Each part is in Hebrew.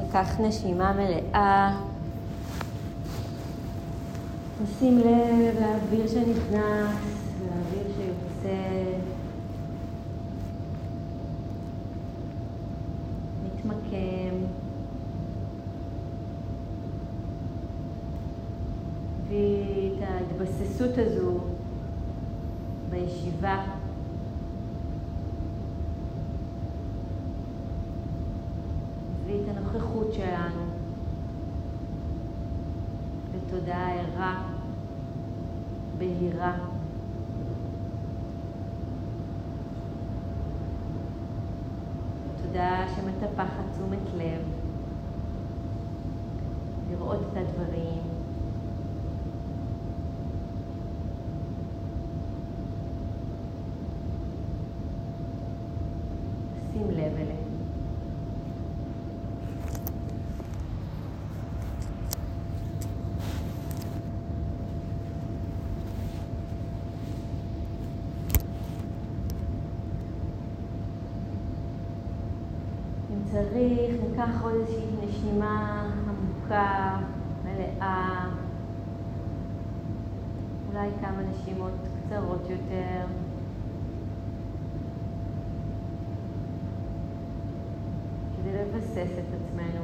ניקח נשימה מלאה. נשים לב לאוויר שנכנס, לאוויר שיוצא. מתמקם. ואת ההתבססות הזו בישיבה. ואת הנוכחות שלנו בתודעה ערה, בהירה. תודעה שמטפחת תשומת לב, לראות את הדברים. שים לב אליהם. צריך, ניקח עוד איזושהי נשימה עמוקה, מלאה, אולי כמה נשימות קצרות יותר. כדי לבסס את עצמנו.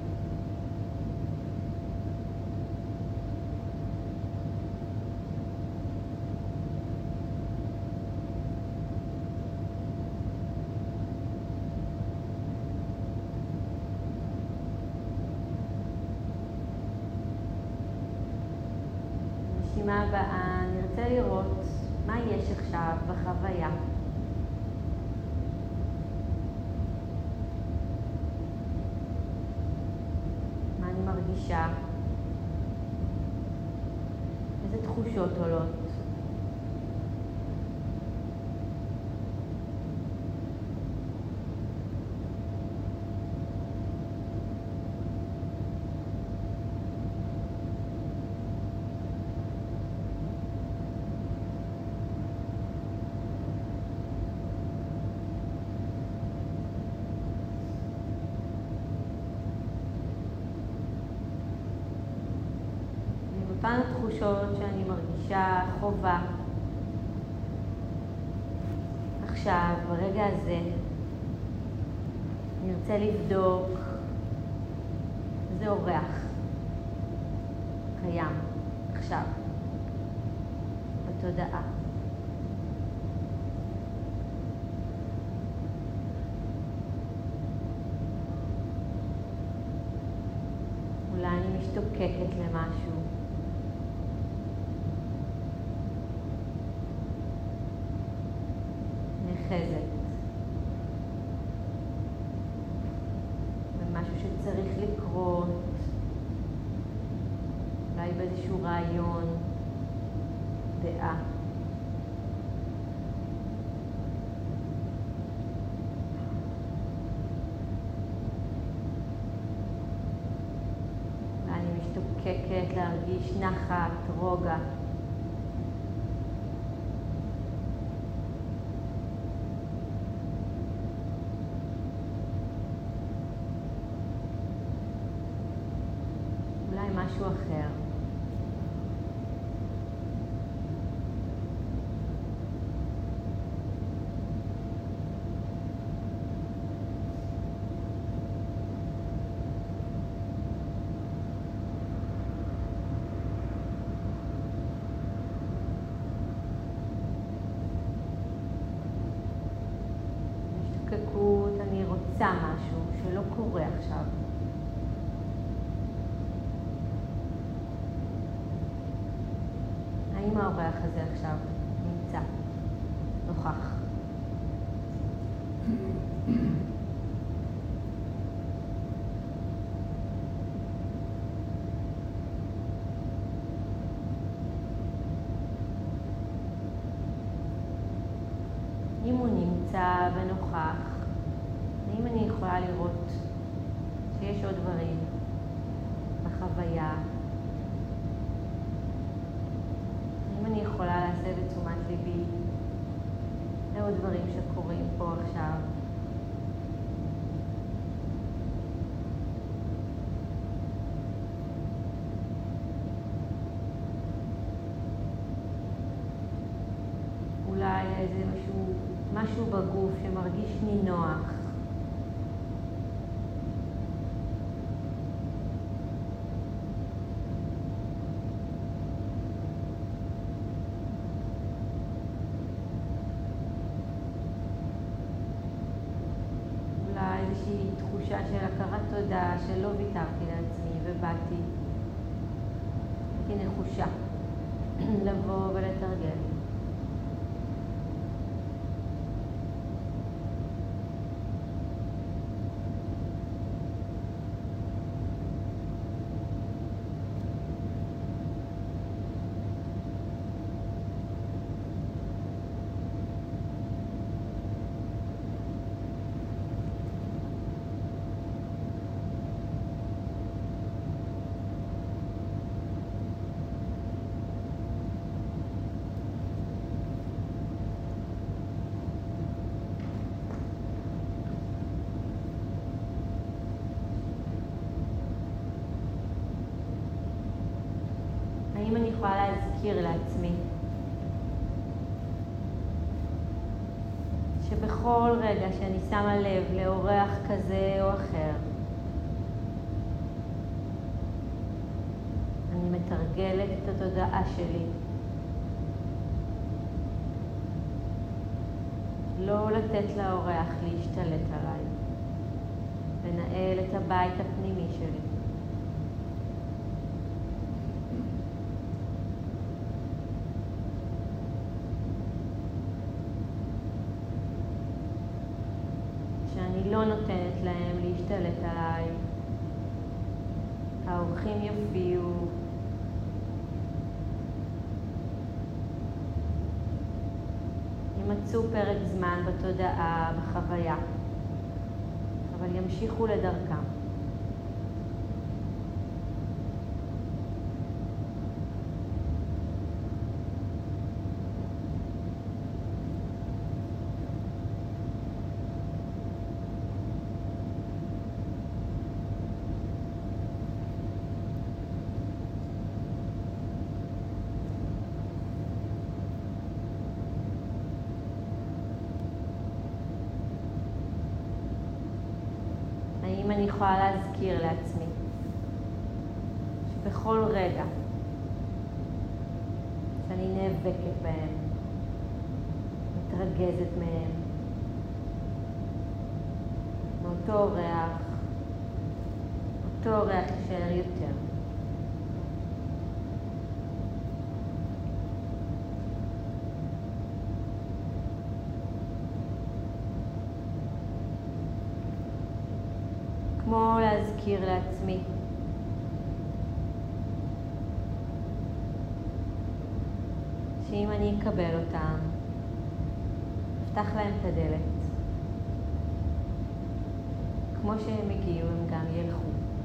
בנשימה הבאה נרצה לראות מה יש עכשיו בחוויה. מה אני מרגישה? איזה תחושות עולות? אותן התחושות שאני מרגישה חובה. עכשיו, ברגע הזה, אני רוצה לבדוק איזה אורח קיים עכשיו בתודעה. אולי אני משתוקקת למשהו. נחזת. במשהו שצריך לקרות. אולי באיזשהו רעיון, דעה. אולי אני משתוקקת להרגיש נחת, רוגע. משהו אחר. השתוקקות, אני רוצה משהו שלא קורה עכשיו. האם האורח הזה עכשיו נמצא, נוכח? אם הוא נמצא ונוכח, האם אני יכולה לראות שיש עוד דברים בחוויה? אני יכולה להסב את תשומת ליבי לעוד דברים שקורים פה עכשיו. אולי איזה משהו בגוף שמרגיש נינוח. אולי איזושהי תחושה של הכרת תודה שלא ויתרתי לעצמי ובאתי. הייתי נחושה לבוא ולתרגל. האם אני יכולה להזכיר לעצמי שבכל רגע שאני שמה לב לאורח כזה או אחר, אני מתרגלת את התודעה שלי לא לתת לאורח להשתלט עליי, לנהל את הבית הפנימי שלי. שאני לא נותנת להם להשתלט עליי. האורחים יופיעו, ימצאו פרק זמן בתודעה, בחוויה, אבל ימשיכו לדרכם. האם אני יכולה להזכיר לעצמי שבכל רגע שאני נאבקת בהם, מתרגזת מהם, מאותו אורח, אותו אורח יישאר יותר. כמו להזכיר לעצמי שאם אני אקבל אותם, אפתח להם את הדלת. כמו שהם הגיעו, הם גם ילכו.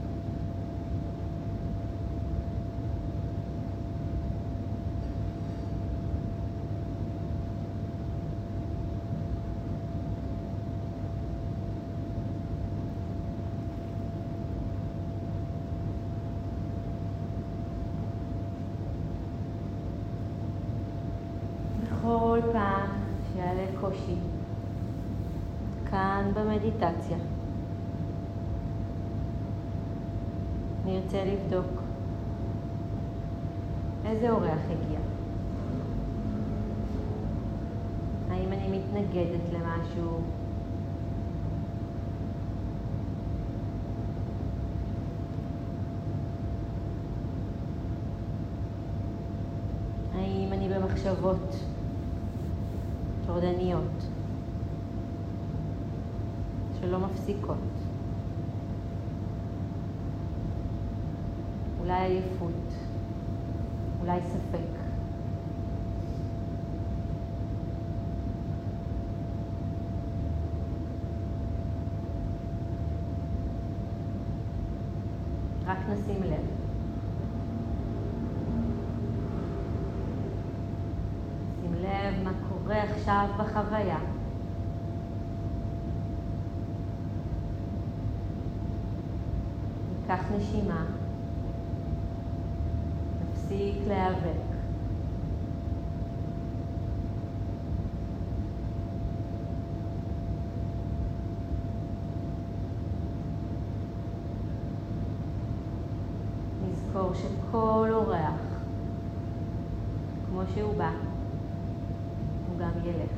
בכל פעם שיעלה קושי כאן במדיטציה, אני ארצה לבדוק איזה אורח הגיע. האם אני מתנגדת למשהו? האם אני במחשבות טורדניות שלא מפסיקות? אולי עייפות, אולי ספק. רק נשים לב. שים לב מה קורה עכשיו בחוויה. ניקח נשימה. נפסיק להיאבק. לזכור שכל אורח, כמו שהוא בא, הוא גם ילך.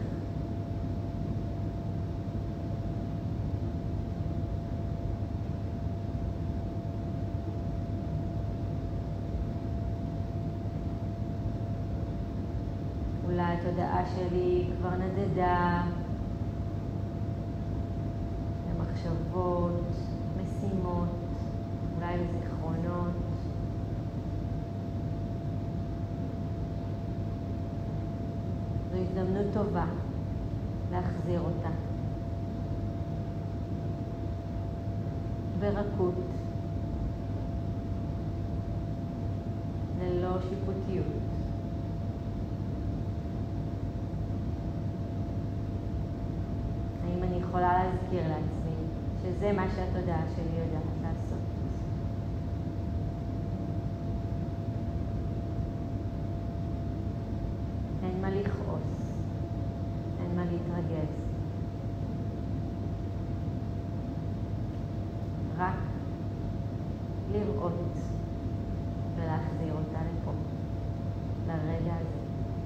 אולי התודעה שלי כבר נדדה למחשבות, משימות, אולי לזיכרונות. זו הזדמנות טובה להחזיר אותה. ברכות, ללא שיפוטיות. האם אני יכולה להזכיר לעצמי שזה מה שהתודעה שלי יודעת לעשות? אין מה לכעוס, אין מה להתרגז. רק לראות ולהחזיר אותה לפה, לרגע הזה.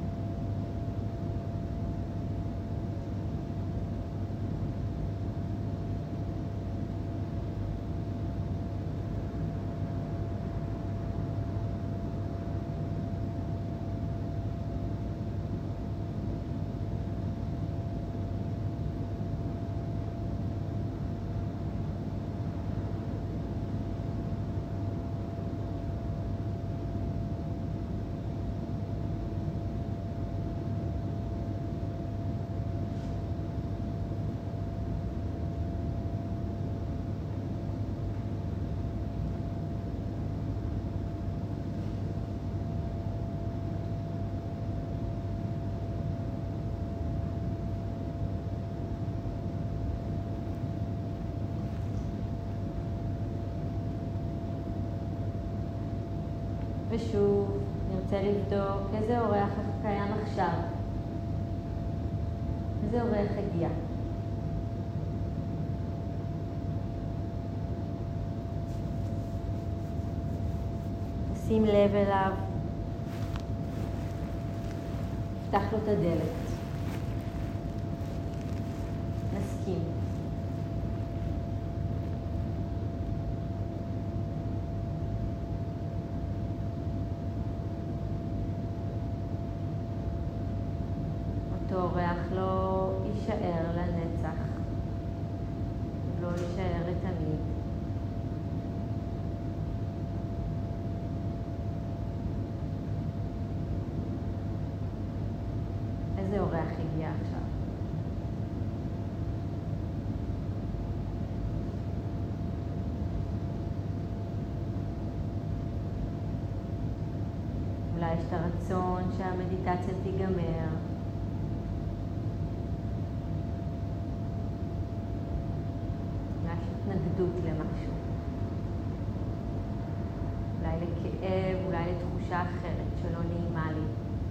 ושוב נרצה לבדוק איזה אורח קיים עכשיו, איזה אורח הגיע. שים לב אליו, פתח לו את הדלת, נסכים. אורח לא יישאר לנצח, לא יישאר לתמיד. איזה אורח הגיע עכשיו? אולי יש את הרצון שהמדיטציה תיגמר. התנגדות למשהו, אולי לכאב, אולי לתחושה אחרת שלא נעימה לי.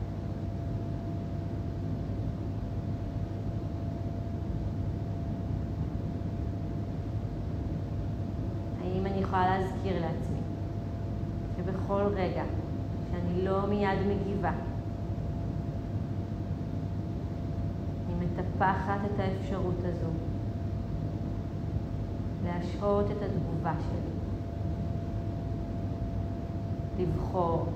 האם אני יכולה להזכיר לעצמי שבכל רגע שאני לא מיד מגיבה, אני מטפחת את האפשרות הזו להשעות את התגובה שלי, לבחור.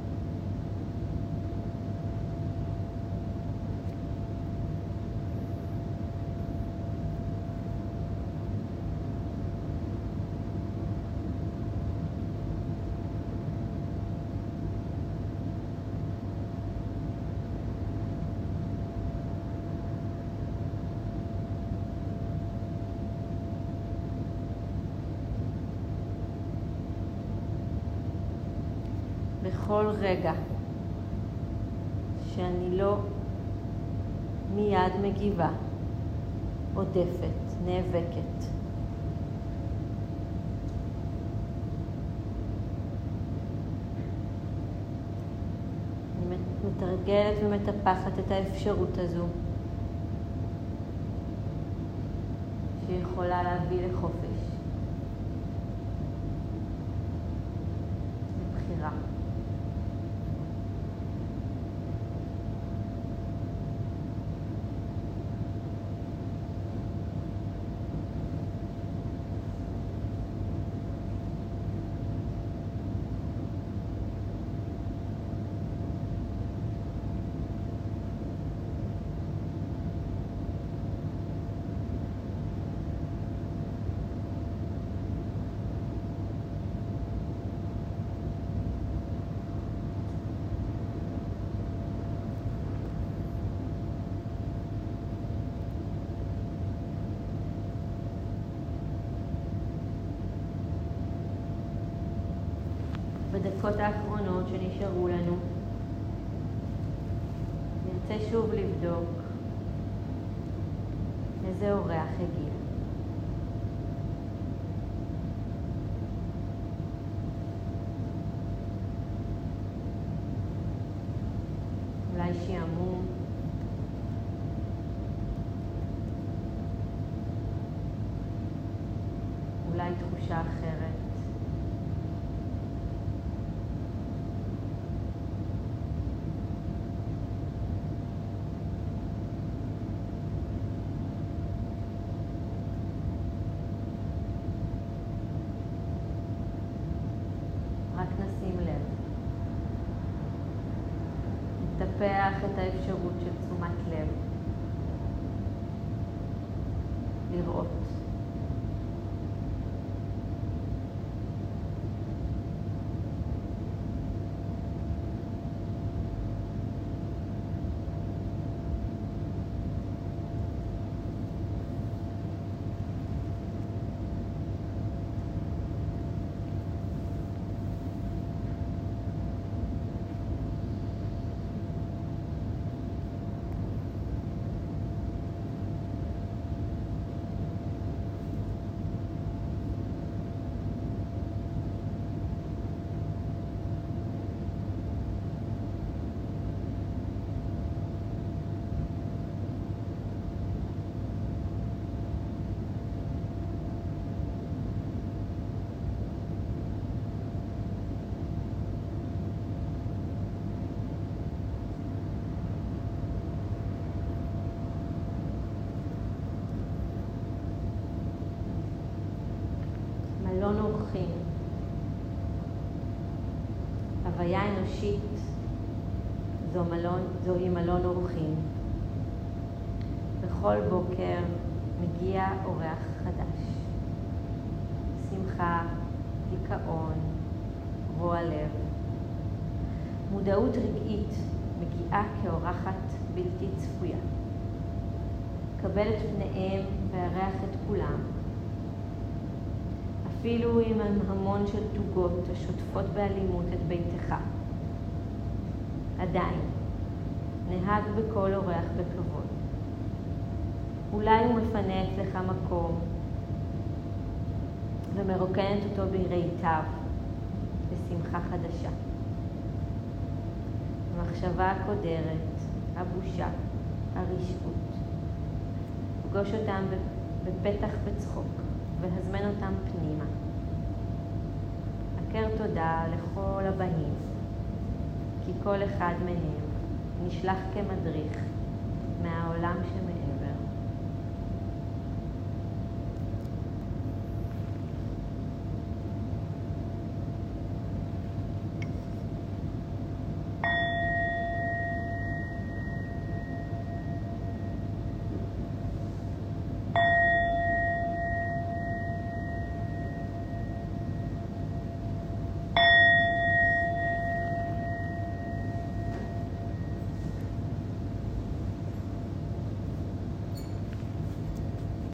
בכל רגע שאני לא מיד מגיבה, עודפת, נאבקת, אני מתרגלת ומטפחת את האפשרות הזו שיכולה להביא לחופש, בחירה. בדקות האחרונות שנשארו לנו, נרצה שוב לבדוק איזה אורח הגיע. אולי שעמום, אולי תחושה אחרת. רק נשים לב. נטפח את האפשרות של תשומת לב. לראות. מלון אורחים. הוויה אנושית זוהי מלון אורחים. בכל בוקר מגיע אורח חדש. שמחה, דיכאון, רוע לב. מודעות רגעית מגיעה כאורחת בלתי צפויה. קבל את פניהם והריח את כולם. אפילו עם המון של תוגות השוטפות באלימות את ביתך. עדיין, נהג בכל אורח בכבוד. אולי הוא מפנה אצלך מקום ומרוקנת אותו ברעיתיו בשמחה חדשה. המחשבה הקודרת, הבושה, הרשעות. פגוש אותם בפתח בצחוק והזמן אותם פנימה. הכר תודה לכל הבאים, כי כל אחד מהם נשלח כמדריך מהעולם שמהם.